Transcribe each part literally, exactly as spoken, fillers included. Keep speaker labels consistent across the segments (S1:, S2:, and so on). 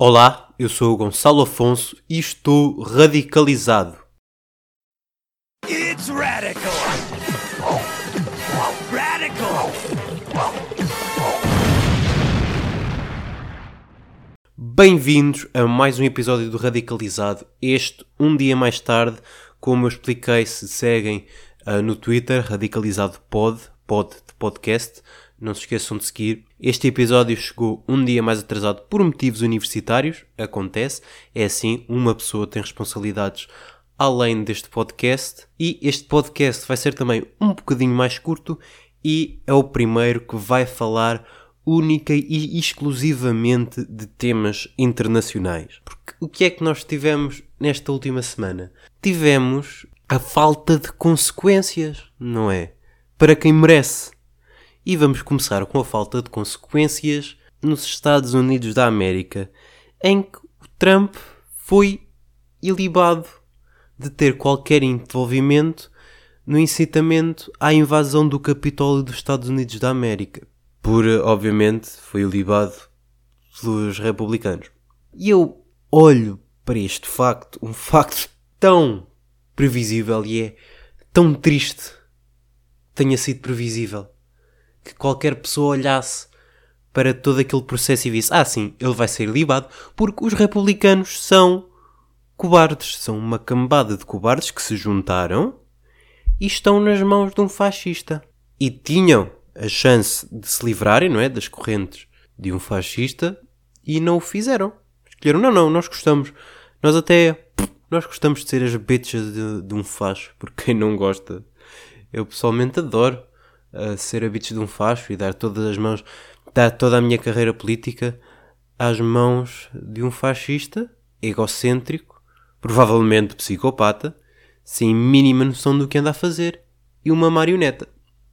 S1: Olá, eu sou o Gonçalo Afonso e estou radicalizado.
S2: It's radical. Radical.
S1: Bem-vindos a mais um episódio do Radicalizado. Este, um dia mais tarde, como eu expliquei, se seguem uh, no Twitter, Radicalizado Pod, pod de podcast. Não se esqueçam de seguir. Este episódio chegou um dia mais atrasado por motivos universitários. Acontece. É assim, uma pessoa tem responsabilidades além deste podcast. E este podcast vai ser também um bocadinho mais curto. E é o primeiro que vai falar única e exclusivamente de temas internacionais. Porque o que é que nós tivemos nesta última semana? Tivemos a falta de consequências, não é? Para quem merece. E vamos começar com a falta de consequências nos Estados Unidos da América, em que o Trump foi ilibado de ter qualquer envolvimento no incitamento à invasão do Capitólio dos Estados Unidos da América. Por, obviamente, foi ilibado pelos republicanos. E eu olho para este facto, um facto tão previsível e é tão triste que tenha sido previsível, que qualquer pessoa olhasse para todo aquele processo e visse, ah sim, ele vai ser libado, porque os republicanos são cobardes, são uma cambada de cobardes que se juntaram e estão nas mãos de um fascista. E tinham a chance de se livrarem, não é, das correntes de um fascista e não o fizeram. Escolheram, não, não, nós gostamos, nós até, nós gostamos de ser as bitches de, de um facho, porque quem não gosta, eu pessoalmente adoro a ser a bitch de um facho e dar todas as mãos, dar toda a minha carreira política às mãos de um fascista, egocêntrico, provavelmente psicopata, sem mínima noção do que anda a fazer, e uma marioneta.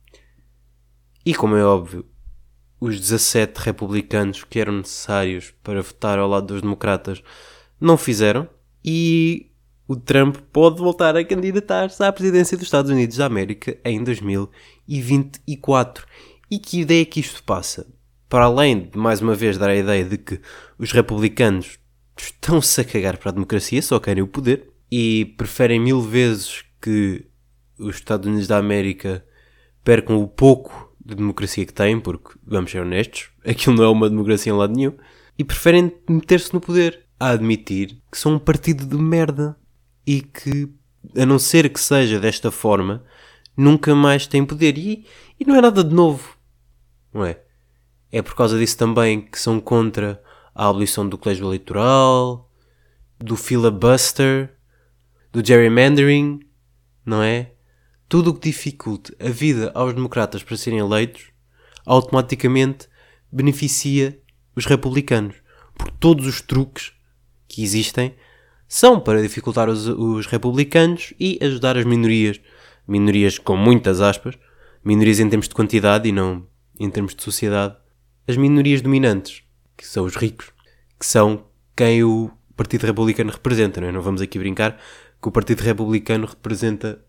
S1: E como é óbvio, os dezassete republicanos que eram necessários para votar ao lado dos democratas não fizeram, e o Trump pode voltar a candidatar-se à presidência dos Estados Unidos da América em dois mil e vinte e quatro. E que ideia que isto passa? Para além de, mais uma vez, dar a ideia de que os republicanos estão-se a cagar para a democracia, só querem o poder, e preferem mil vezes que os Estados Unidos da América percam o pouco de democracia que têm, porque, vamos ser honestos, aquilo não é uma democracia em lado nenhum, e preferem meter-se no poder, a admitir que são um partido de merda. E que, a não ser que seja desta forma, nunca mais tem poder. E, e não é nada de novo, não é? É por causa disso também que são contra a abolição do colégio eleitoral, do filibuster, do gerrymandering, não é? Tudo o que dificulte a vida aos democratas para serem eleitos, automaticamente beneficia os republicanos. Porque todos os truques que existem são para dificultar os, os republicanos e ajudar as minorias. Minorias com muitas aspas. Minorias em termos de quantidade e não em termos de sociedade. As minorias dominantes, que são os ricos, que são quem o Partido Republicano representa. Não é? Não vamos aqui brincar que o Partido Republicano representa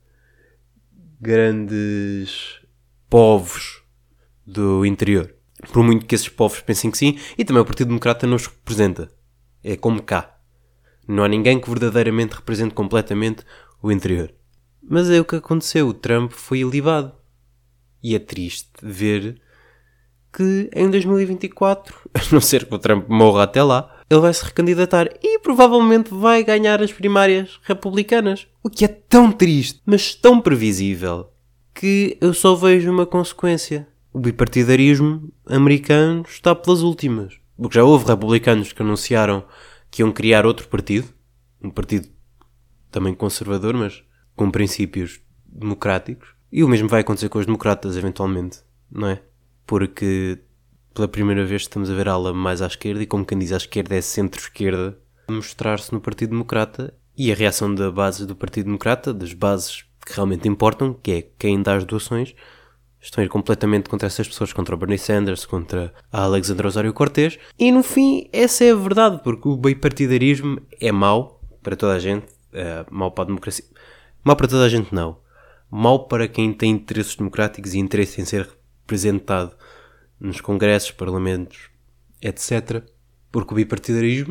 S1: grandes povos do interior. Por muito que esses povos pensem que sim. E também o Partido Democrata não os representa. É como cá. Não há ninguém que verdadeiramente represente completamente o interior. Mas é o que aconteceu. O Trump foi ilibado. E é triste ver que em dois mil e vinte e quatro, a não ser que o Trump morra até lá, ele vai se recandidatar e provavelmente vai ganhar as primárias republicanas. O que é tão triste, mas tão previsível, que eu só vejo uma consequência. O bipartidarismo americano está pelas últimas. Porque já houve republicanos que anunciaram que iam criar outro partido, um partido também conservador, mas com princípios democráticos. E o mesmo vai acontecer com os democratas, eventualmente, não é? Porque pela primeira vez estamos a ver a ala mais à esquerda, e como quem diz à esquerda é centro-esquerda, a mostrar-se no Partido Democrata, e a reação da base do Partido Democrata, das bases que realmente importam, que é quem dá as doações, estão a ir completamente contra essas pessoas, contra o Bernie Sanders, contra a Alexandra Ocasio-Cortez. E no fim, essa é a verdade, porque o bipartidarismo é mau para toda a gente, é mau para a democracia. Mau para toda a gente não. Mau para quem tem interesses democráticos e interesse em ser representado nos congressos, parlamentos, etcétera. Porque o bipartidarismo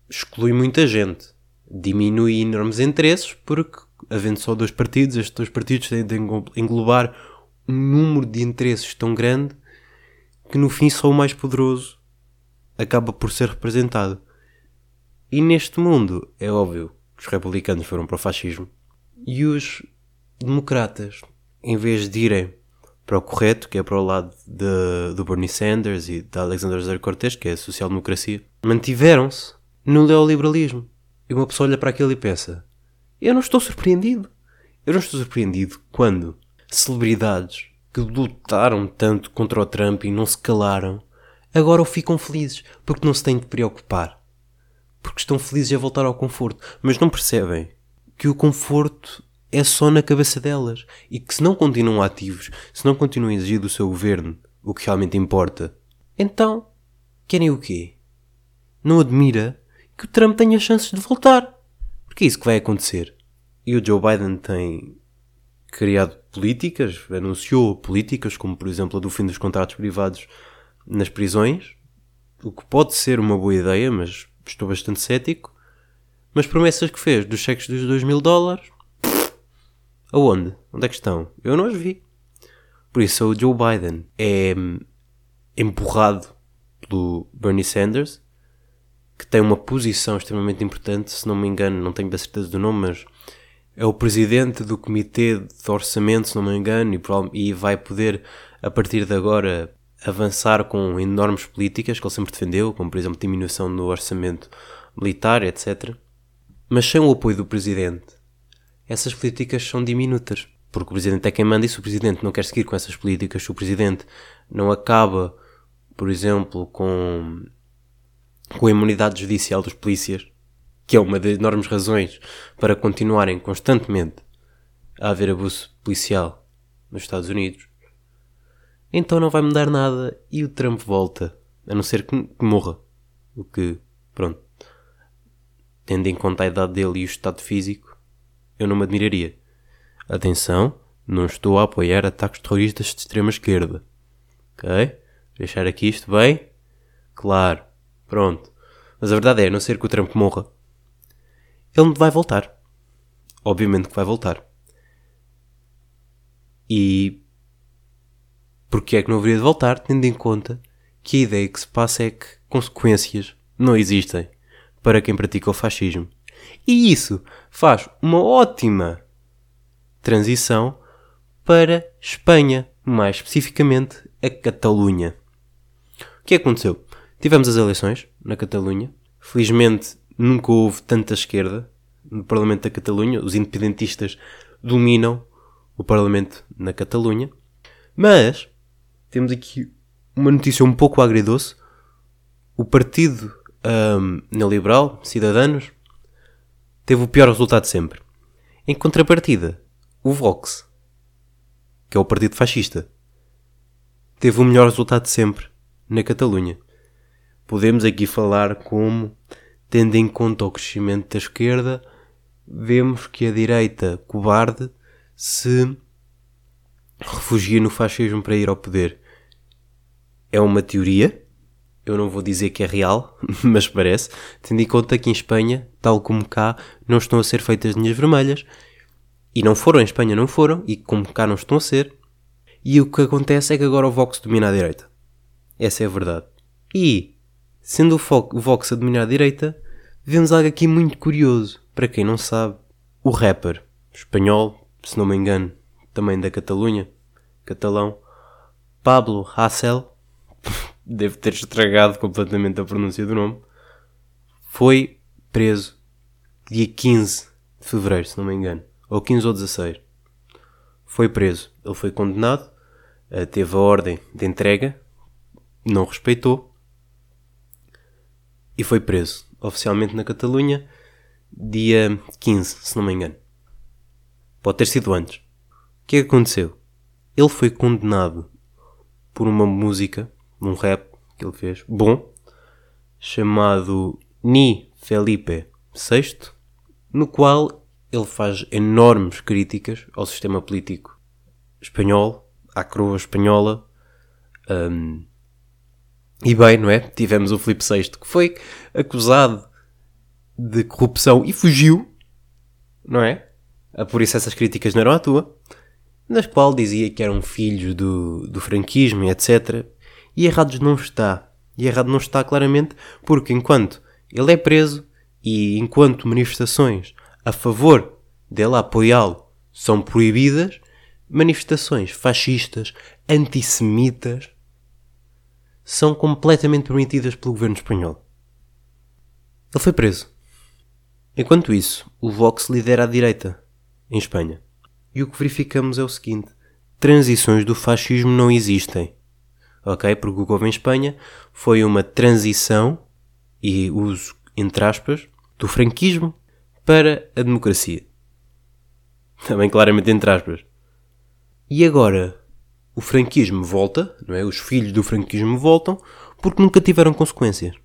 S1: exclui muita gente. Diminui enormes interesses porque, havendo só dois partidos, estes dois partidos têm de englobar um número de interesses tão grande que no fim só o mais poderoso acaba por ser representado. E neste mundo é óbvio que os republicanos foram para o fascismo e os democratas, em vez de irem para o correto, que é para o lado de, do Bernie Sanders e da Alexandra Ocasio-Cortez, que é a social-democracia, mantiveram-se no neoliberalismo. E uma pessoa olha para aquilo e pensa: eu não estou surpreendido. Eu não estou surpreendido quando celebridades que lutaram tanto contra o Trump e não se calaram, agora ficam felizes porque não se têm de preocupar. Porque estão felizes a voltar ao conforto. Mas não percebem que o conforto é só na cabeça delas. E que se não continuam ativos, se não continuam a exigir do seu governo o que realmente importa, então, querem o quê? Não admira que o Trump tenha chances de voltar. Porque é isso que vai acontecer. E o Joe Biden tem criado políticas, anunciou políticas, como por exemplo a do fim dos contratos privados nas prisões, o que pode ser uma boa ideia, mas estou bastante cético. Mas promessas que fez dos cheques dos dois mil dólares, aonde? Onde é que estão? Eu não as vi. Por isso o Joe Biden é empurrado pelo Bernie Sanders, que tem uma posição extremamente importante, se não me engano, não tenho bem certeza do nome, mas é o presidente do comitê de orçamento, se não me engano, e, e vai poder, a partir de agora, avançar com enormes políticas que ele sempre defendeu, como por exemplo diminuição do orçamento militar, etcétera. Mas sem o apoio do presidente, essas políticas são diminutas, porque o presidente é quem manda, e se o presidente não quer seguir com essas políticas, se o presidente não acaba, por exemplo, com, com a imunidade judicial dos polícias, que é uma das enormes razões para continuarem constantemente a haver abuso policial nos Estados Unidos, então não vai mudar nada e o Trump volta, a não ser que, que morra. O que, pronto, tendo em conta a idade dele e o estado físico, eu não me admiraria. Atenção, não estou a apoiar ataques terroristas de extrema esquerda. Ok? Deixar aqui isto bem claro. Pronto. Mas a verdade é, a não ser que o Trump morra, ele vai voltar. Obviamente que vai voltar. E porque é que não haveria de voltar, tendo em conta que a ideia que se passa é que consequências não existem para quem pratica o fascismo. E isso faz uma ótima transição para Espanha, mais especificamente a Catalunha. O que aconteceu? Tivemos as eleições na Catalunha. Felizmente nunca houve tanta esquerda no Parlamento da Catalunha. Os independentistas dominam o Parlamento na Catalunha. Mas temos aqui uma notícia um pouco agridoce. O partido um, neoliberal, Ciudadanos, teve o pior resultado de sempre. Em contrapartida, o Vox, que é o partido fascista, teve o melhor resultado de sempre na Catalunha. Podemos aqui falar como, tendo em conta o crescimento da esquerda, vemos que a direita cobarde se refugia no fascismo para ir ao poder. É uma teoria, eu não vou dizer que é real, mas parece, tendo em conta que em Espanha, tal como cá, não estão a ser feitas linhas vermelhas, e não foram, em Espanha não foram, e como cá não estão a ser, e o que acontece é que agora o Vox domina a direita. Essa é a verdade. E, sendo o Vox a dominar a direita, vemos algo aqui muito curioso. Para quem não sabe, o rapper espanhol, se não me engano, também da Catalunha, catalão, Pablo Hasél, deve ter estragado completamente a pronúncia do nome, foi preso dia quinze de fevereiro, se não me engano, ou quinze ou dezasseis. Foi preso. Ele foi condenado, teve a ordem de entrega, não respeitou e foi preso oficialmente na Catalunha dia quinze, se não me engano. Pode ter sido antes. O que é que aconteceu? Ele foi condenado por uma música, um rap que ele fez, bom, chamado Ni Felipe sexto, no qual ele faz enormes críticas ao sistema político espanhol, à coroa espanhola. Um, e bem, não é? Tivemos o Filipe sexto, que foi acusado de corrupção e fugiu, não é? Por isso essas críticas não eram à toa, nas qual dizia que eram filhos do, do franquismo e etcétera. E errado não está. E errado não está claramente porque enquanto ele é preso e enquanto manifestações a favor dele a apoiá-lo são proibidas, manifestações fascistas, antissemitas, são completamente permitidas pelo governo espanhol. Ele foi preso. Enquanto isso, o Vox lidera a direita em Espanha. E o que verificamos é o seguinte: transições do fascismo não existem. Ok? Porque o que houve em Espanha foi uma transição, e uso entre aspas, do franquismo para a democracia. Também claramente entre aspas. E agora o franquismo volta, não é? Os filhos do franquismo voltam porque nunca tiveram consequências.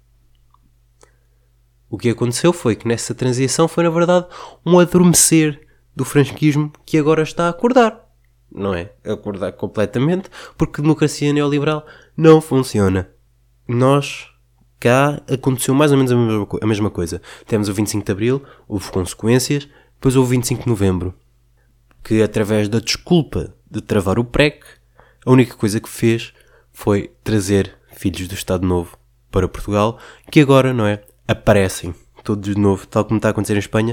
S1: O que aconteceu foi que nessa transição foi na verdade um adormecer do franquismo que agora está a acordar. Não é? Acordar completamente porque a democracia neoliberal não funciona. Nós, cá, aconteceu mais ou menos a mesma, a mesma coisa. Temos o vinte e cinco de Abril, houve consequências, depois houve o vinte e cinco de Novembro, que através da desculpa de travar o P R E C, a única coisa que fez foi trazer filhos do Estado Novo para Portugal, que agora, não é, aparecem todos de novo, tal como está a acontecer em Espanha,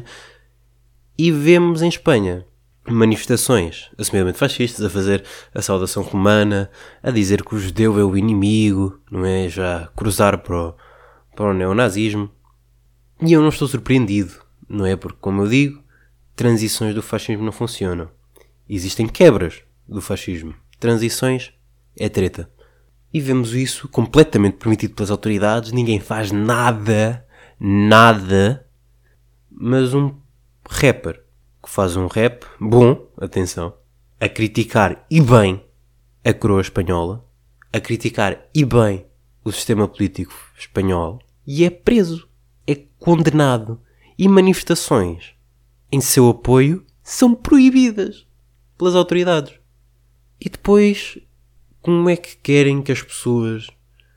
S1: e vemos em Espanha manifestações assumidamente fascistas a fazer a saudação romana, a dizer que o judeu é o inimigo, não é, já cruzar para o, para o neonazismo. E eu não estou surpreendido, não é, porque, como eu digo, transições do fascismo não funcionam. Existem quebras do fascismo. Transições é treta. E vemos isso completamente permitido pelas autoridades. Ninguém faz nada, nada. Mas um rapper que faz um rap bom, atenção, a criticar e bem a coroa espanhola, a criticar e bem o sistema político espanhol, e é preso, é condenado. E manifestações em seu apoio são proibidas pelas autoridades. E depois, como é que querem que as pessoas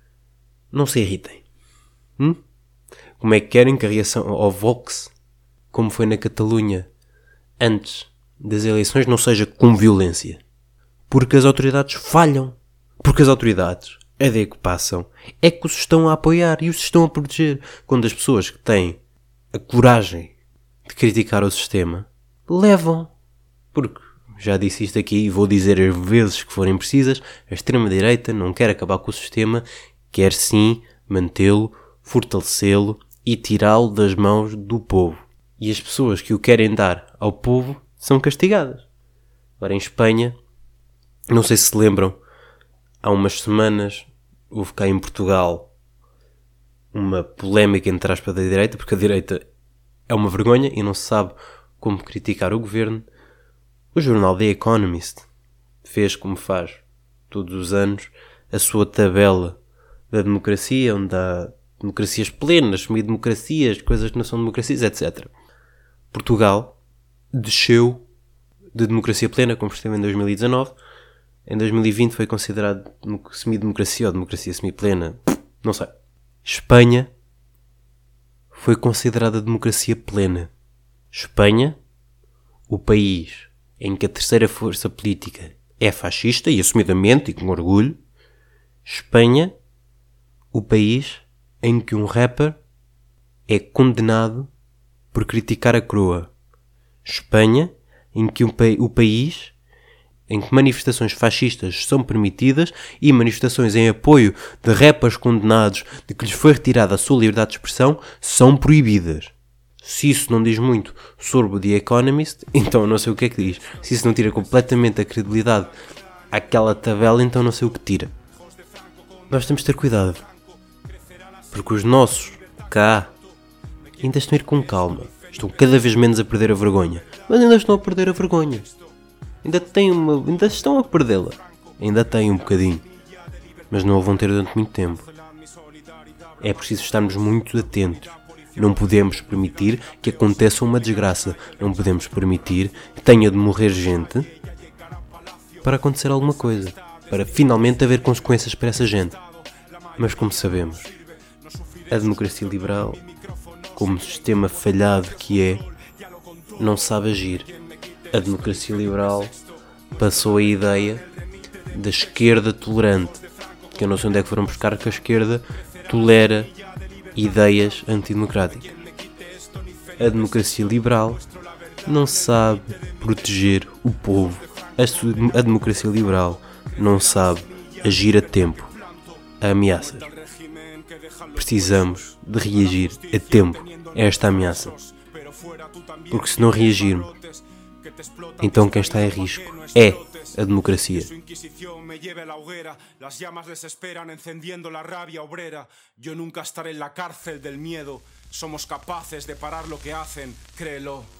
S1: não se irritem? Hum? Como é que querem que a reação ao Vox, como foi na Catalunha antes das eleições, não seja com violência? Porque as autoridades falham. Porque as autoridades, a ideia que passam, é que os estão a apoiar e os estão a proteger. Quando as pessoas que têm a coragem de criticar o sistema levam. Porque, já disse isto aqui e vou dizer as vezes que forem precisas, a extrema-direita não quer acabar com o sistema, quer sim mantê-lo, fortalecê-lo e tirá-lo das mãos do povo. E as pessoas que o querem dar ao povo são castigadas. Agora, em Espanha, não sei se se lembram, há umas semanas houve cá em Portugal uma polémica entre aspas da direita, porque a direita é uma vergonha e não se sabe como criticar o governo. O jornal The Economist fez, como faz todos os anos, a sua tabela da democracia, onde há democracias plenas, semidemocracias, coisas que não são democracias, etcétera. Portugal desceu de democracia plena, como esteve em dois mil e dezanove. Em dois mil e vinte foi considerado semidemocracia ou democracia semiplena, não sei. Espanha foi considerada democracia plena. Espanha, o país em que a terceira força política é fascista, e assumidamente, e com orgulho. Espanha, o país em que um rapper é condenado por criticar a coroa. Espanha, em que um pa- o país em que manifestações fascistas são permitidas e manifestações em apoio de rappers condenados de que lhes foi retirada a sua liberdade de expressão são proibidas. Se isso não diz muito sobre o The Economist, então eu não sei o que é que diz. Se isso não tira completamente a credibilidade àquela tabela, então não sei o que tira. Nós temos de ter cuidado, porque os nossos cá ainda estão a ir com calma. Estão cada vez menos a perder a vergonha, mas ainda estão a perder a vergonha. Ainda têm uma, ainda estão a perdê-la. Ainda têm um bocadinho, mas não a vão ter durante muito tempo. É preciso estarmos muito atentos. Não podemos permitir que aconteça uma desgraça. Não podemos permitir que tenha de morrer gente para acontecer alguma coisa, para finalmente haver consequências para essa gente. Mas como sabemos, a democracia liberal como sistema falhado que é, não sabe agir. A democracia liberal passou a ideia da esquerda tolerante, que eu não sei onde é que foram buscar que a esquerda tolera ideias antidemocráticas. A democracia liberal não sabe proteger o povo. A democracia liberal não sabe agir a tempo a ameaças. Precisamos de reagir a tempo a esta ameaça. Porque se não reagirmos, então quem está em risco é a democracia.
S2: Las llamas les esperan encendiendo la rabia obrera. Yo nunca estaré en la cárcel del miedo. Somos capaces de parar lo que hacen, créelo.